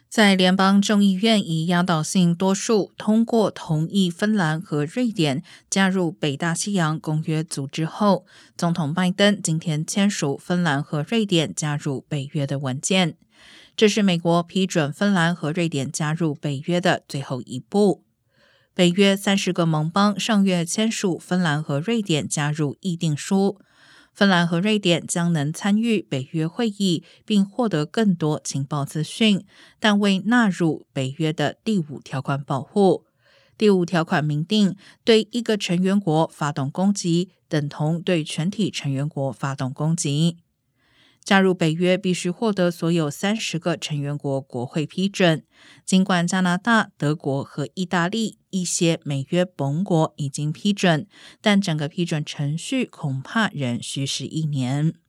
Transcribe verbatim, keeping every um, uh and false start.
在联邦众议院以压倒性多数通过同意芬兰和瑞典加入北大西洋公约组织后，总统拜登今天签署芬兰和瑞典加入北约的文件。这是美国批准芬兰和瑞典加入北约的最后一步。北约三十个盟邦上月签署芬兰和瑞典加入议定书，芬兰和瑞典将能参与北约会议，并获得更多情报资讯，但未纳入北约的第五条款保护。第五条款明定，对一个成员国发动攻击，等同对全体成员国发动攻击。加入北约必须获得所有三十个成员国国会批准，尽管加拿大、德国和意大利一些美约盟国已经批准，但整个批准程序恐怕仍需时一年。